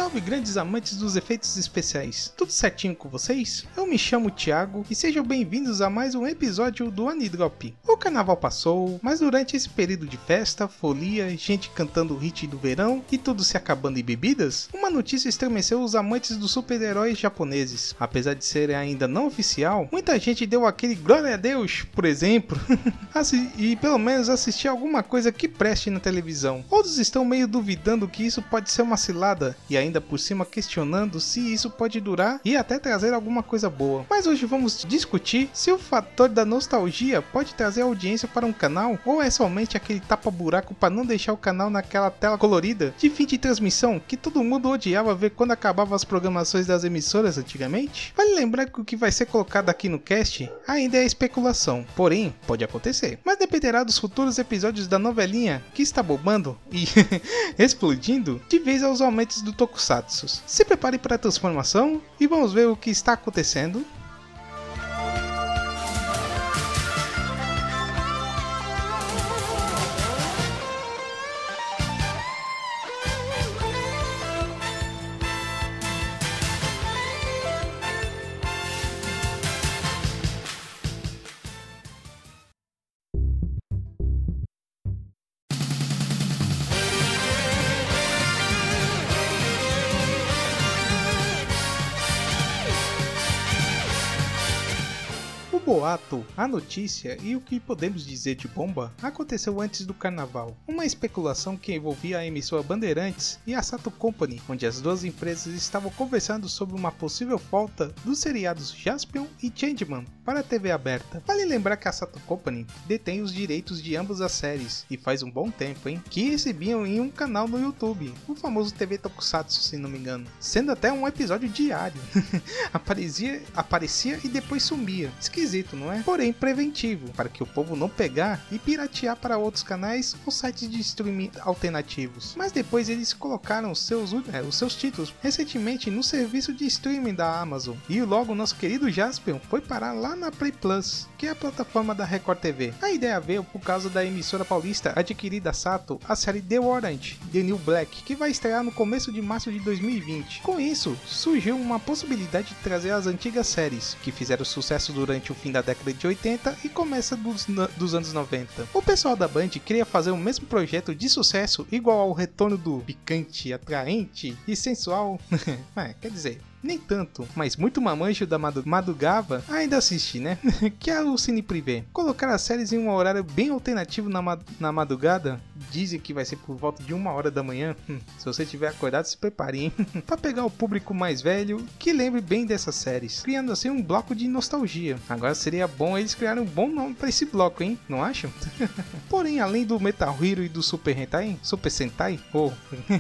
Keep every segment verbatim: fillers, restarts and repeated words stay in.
Salve grandes amantes dos efeitos especiais, tudo certinho com vocês? Eu me chamo Thiago e sejam bem-vindos a mais um episódio do Anidrop. O carnaval passou, mas durante esse período de festa, folia, gente cantando o hit do verão e tudo se acabando em bebidas, uma notícia estremeceu os amantes dos super-heróis japoneses. Apesar de ser ainda não oficial, muita gente deu aquele glória a Deus, por exemplo, e pelo menos assistir alguma coisa que preste na televisão. Outros estão meio duvidando que isso pode ser uma cilada e ainda ainda por cima questionando se isso pode durar e até trazer alguma coisa boa. Mas hoje vamos discutir se o fator da nostalgia pode trazer audiência para um canal ou é somente aquele tapa-buraco para não deixar o canal naquela tela colorida de fim de transmissão que todo mundo odiava ver quando acabavam as programações das emissoras antigamente. Vale lembrar que o que vai ser colocado aqui no cast ainda é especulação, porém pode acontecer, mas dependerá dos futuros episódios da novelinha que está bombando e explodindo de vez aos aumentos do Tokusatsu. Se prepare para a transformação e vamos ver o que está acontecendo. O boato, a notícia e o que podemos dizer de bomba aconteceu antes do carnaval. Uma especulação que envolvia a emissora Bandeirantes e a Sato Company, onde as duas empresas estavam conversando sobre uma possível volta dos seriados Jaspion e Changeman para a T V aberta. Vale lembrar que a Sato Company detém os direitos de ambas as séries, e faz um bom tempo, hein, que exibiam em um canal no YouTube, o famoso T V Tokusatsu, se não me engano, sendo até um episódio diário. aparecia, aparecia e depois sumia. Esquisito, não é? Porém preventivo, para que o povo não pegar e piratear para outros canais ou sites de streaming alternativos. Mas depois eles colocaram os seus, é, os seus títulos recentemente no serviço de streaming da Amazon, e logo nosso querido Jaspion foi parar lá na Play Plus, que é a plataforma da Record T V. A ideia veio por causa da emissora paulista adquirida Sato, a série The Warrant, The New Black, que vai estrear no começo de março de dois mil e vinte. Com isso, surgiu uma possibilidade de trazer as antigas séries, que fizeram sucesso durante o fim da década de oitenta e começa dos, dos anos noventa. O pessoal da Band queria fazer o mesmo projeto de sucesso igual ao retorno do picante, atraente e sensual. é, quer dizer, nem tanto, mas muito mamanjo da madrugava ainda assiste, né? que é o Cine Privé. Colocar as séries em um horário bem alternativo na, ma na madrugada, dizem que vai ser por volta de uma hora da manhã. Hum, se você tiver acordado, se prepare, hein? Pra pegar o público mais velho que lembre bem dessas séries, criando assim um bloco de nostalgia. Agora seria bom eles criarem um bom nome pra esse bloco, hein? Não acham? Porém, além do Metal Hero e do Super Hentai, Super Sentai, oh.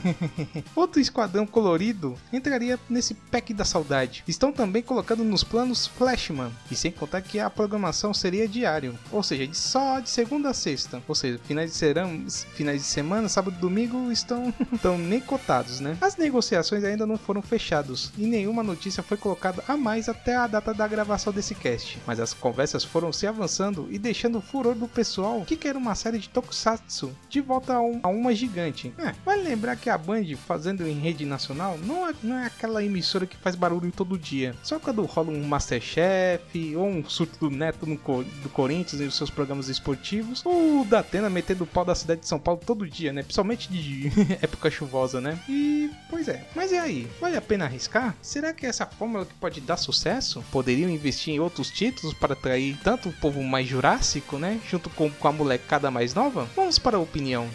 outro esquadrão colorido entraria nesse pack da saudade. Estão também colocando nos planos Flashman, e sem contar que a programação seria diário, ou seja, de só de segunda a sexta, ou seja, finais de, serão, finais de semana, sábado e domingo estão, estão nem cotados, né? As negociações ainda não foram fechadas e nenhuma notícia foi colocada a mais até a data da gravação desse cast, mas as conversas foram se avançando e deixando o furor do pessoal que quer uma série de Tokusatsu de volta a, um, a uma gigante. É, vale lembrar que a Band, fazendo em rede nacional, não é, não é aquela emissora que faz barulho todo dia. Só quando rola um Masterchef ou um surto do Neto no Co do Corinthians e os seus programas esportivos, ou o da Atena metendo o pau da cidade de São Paulo todo dia, né? Principalmente de época chuvosa, né? E, pois é. Mas e aí? Vale a pena arriscar? Será que essa fórmula que pode dar sucesso? Poderiam investir em outros títulos para atrair tanto o povo mais jurássico, né? Junto com, com a molecada mais nova? Vamos para a opinião.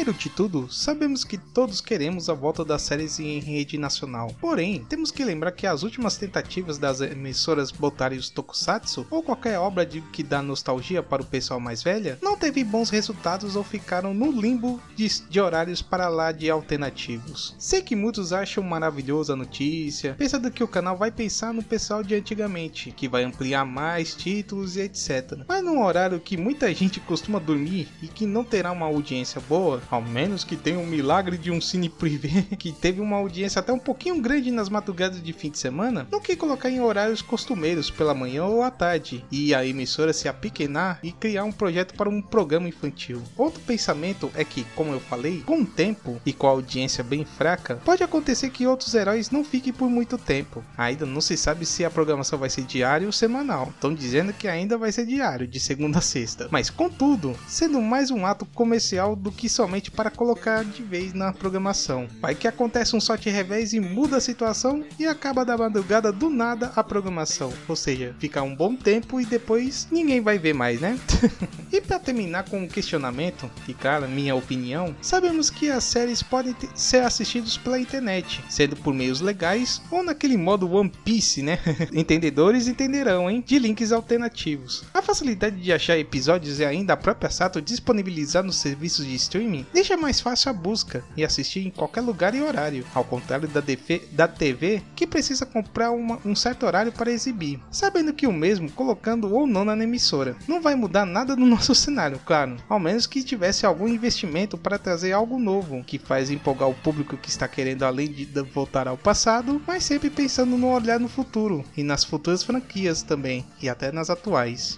Primeiro de tudo, sabemos que todos queremos a volta das séries em rede nacional. Porém, temos que lembrar que as últimas tentativas das emissoras botarem os tokusatsu ou qualquer obra de que dá nostalgia para o pessoal mais velha, não teve bons resultados ou ficaram no limbo de, de horários para lá de alternativos. Sei que muitos acham maravilhosa a notícia, pensando que o canal vai pensar no pessoal de antigamente, que vai ampliar mais títulos e etcétera. Mas num horário que muita gente costuma dormir e que não terá uma audiência boa, ao menos que tenha um milagre de um cine privê que teve uma audiência até um pouquinho grande nas madrugadas de fim de semana, não que colocar em horários costumeiros pela manhã ou à tarde, e a emissora se apequenar e criar um projeto para um programa infantil. Outro pensamento é que, como eu falei, com o tempo e com a audiência bem fraca, pode acontecer que outros heróis não fiquem por muito tempo. Ainda não se sabe se a programação vai ser diária ou semanal, estão dizendo que ainda vai ser diário, de segunda a sexta, mas contudo, sendo mais um ato comercial do que somente para colocar de vez na programação. Vai que acontece um sorte revés e muda a situação e acaba da madrugada do nada a programação, ou seja, fica um bom tempo e depois ninguém vai ver mais, né? E para terminar com um questionamento, e cara, minha opinião, sabemos que as séries podem ter, ser assistidas pela internet, sendo por meios legais ou naquele modo One Piece, né? Entendedores entenderão, hein? De links alternativos. A facilidade de achar episódios e ainda a própria Sato disponibilizar nos serviços de streaming deixa mais fácil a busca e assistir em qualquer lugar e horário, ao contrário da, da T V que precisa comprar uma, um certo horário para exibir, sabendo que o mesmo colocando ou não na emissora. Não vai mudar nada no nosso cenário, claro, ao menos que tivesse algum investimento para trazer algo novo, que faz empolgar o público que está querendo além de voltar ao passado, mas sempre pensando no olhar no futuro, e nas futuras franquias também, e até nas atuais.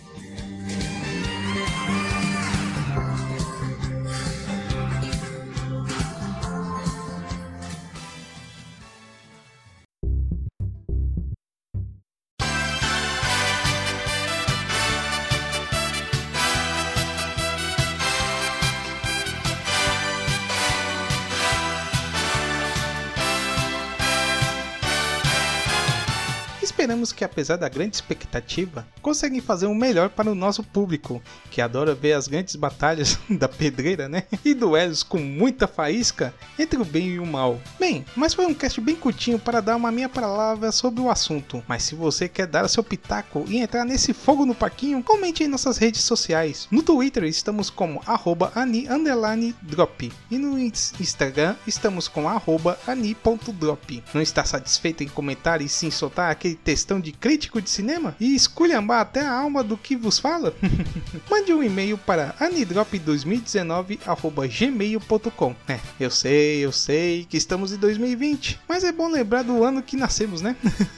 Esperamos que, apesar da grande expectativa, conseguem fazer o melhor para o nosso público, que adora ver as grandes batalhas da pedreira, né? E duelos com muita faísca entre o bem e o mal. Bem, mas foi um cast bem curtinho para dar uma minha palavra sobre o assunto. Mas se você quer dar o seu pitaco e entrar nesse fogo no parquinho, comente em nossas redes sociais. No Twitter estamos como arroba ani underline drop e no Instagram estamos com arroba ani ponto drop. Não está satisfeito em comentar e sim soltar aquele textão de crítico de cinema e esculhambar até a alma do que vos fala? Mande um e-mail para anidrop dois mil e dezenove arroba gmail ponto com. É, eu sei, eu sei que estamos em dois mil e vinte, mas é bom lembrar do ano que nascemos, né?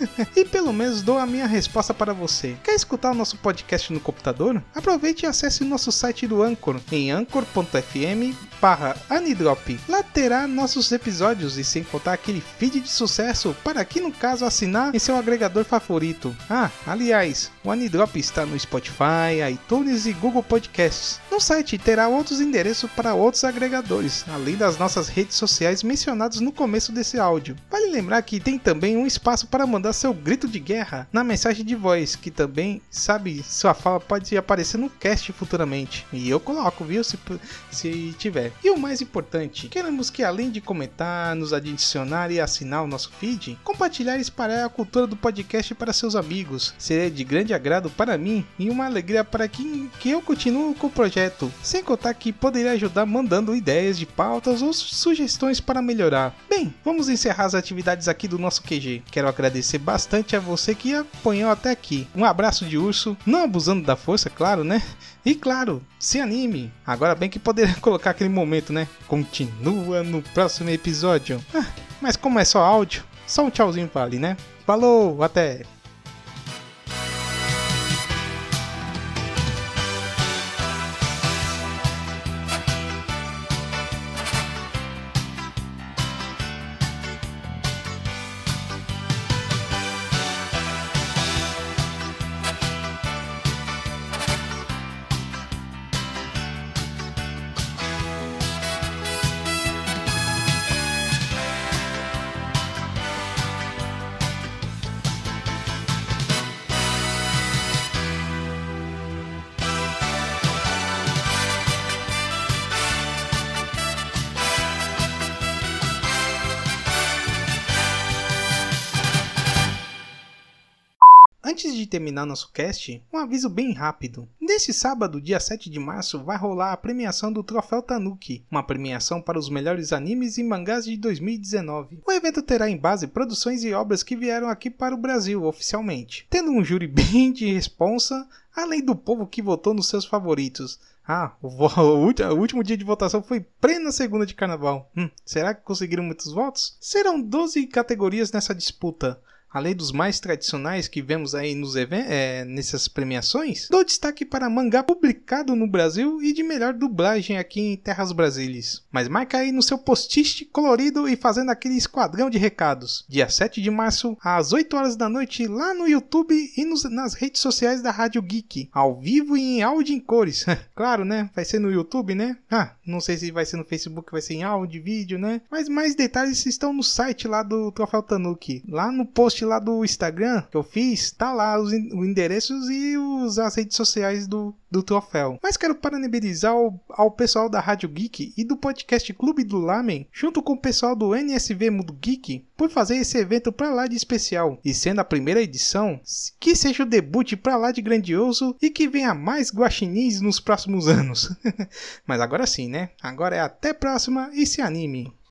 E pelo menos dou a minha resposta para você. Quer escutar o nosso podcast no computador? Aproveite e acesse o nosso site do Anchor em anchor ponto f m barra anidrop. Lá terá nossos episódios e sem contar aquele feed de sucesso para aqui no caso assinar em seu agregador favorito. Ah, aliás, o Anidrop está no Spotify, iTunes e Google Podcasts. No site terá outros endereços para outros agregadores, além das nossas redes sociais mencionadas no começo desse áudio. Vale lembrar que tem também um espaço para mandar seu grito de guerra na mensagem de voz, que também, sabe, sua fala pode aparecer no cast futuramente. E eu coloco, viu, se, se tiver. E o mais importante, queremos que além de comentar, nos adicionar e assinar o nosso feed, compartilhar e espalhar a cultura do podcast para seus amigos. Seria de grande agrado para mim e uma alegria para que, que eu continuo com o projeto, sem contar que poderia ajudar mandando ideias de pautas ou sugestões para melhorar. Bem, vamos encerrar as atividades aqui do nosso Q G. Quero agradecer bastante a você que acompanhou até aqui. Um abraço de urso, não abusando da força, claro, né? E claro, se anime. Agora bem que poderia colocar aquele momento, né? Continua no próximo episódio. Ah, mas como é só áudio, só um tchauzinho vale, né? Falou, até! Antes de terminar nosso cast, um aviso bem rápido. Neste sábado, dia sete de março, vai rolar a premiação do Troféu Tanuki, uma premiação para os melhores animes e mangás de dois mil e dezenove. O evento terá em base produções e obras que vieram aqui para o Brasil oficialmente, tendo um júri bem de responsa, além do povo que votou nos seus favoritos. Ah, o, o, o último dia de votação foi plena segunda de carnaval. Hum, será que conseguiram muitos votos? Serão doze categorias nessa disputa. Além dos mais tradicionais que vemos aí nos eventos, é, nessas premiações, dou destaque para mangá publicado no Brasil e de melhor dublagem aqui em Terras Brasílias. Mas marca aí no seu post-it colorido e fazendo aquele esquadrão de recados. Dia sete de março, às oito horas da noite, lá no YouTube e nos, nas redes sociais da Rádio Geek. Ao vivo e em áudio em cores. Claro, né? Vai ser no YouTube, né? Ah, não sei se vai ser no Facebook, vai ser em áudio, vídeo, né? Mas mais detalhes estão no site lá do Troféu Tanuki. Lá no post lá do Instagram que eu fiz, tá lá os, os endereços e os, as redes sociais do, do troféu. Mas quero parabenizar ao, ao pessoal da Rádio Geek e do podcast Clube do Lamen, junto com o pessoal do N S V Mundo Geek, por fazer esse evento pra lá de especial. E sendo a primeira edição, que seja o debut pra lá de grandioso e que venha mais guaxinins nos próximos anos. Mas agora sim, né? Agora é até a próxima e se anime!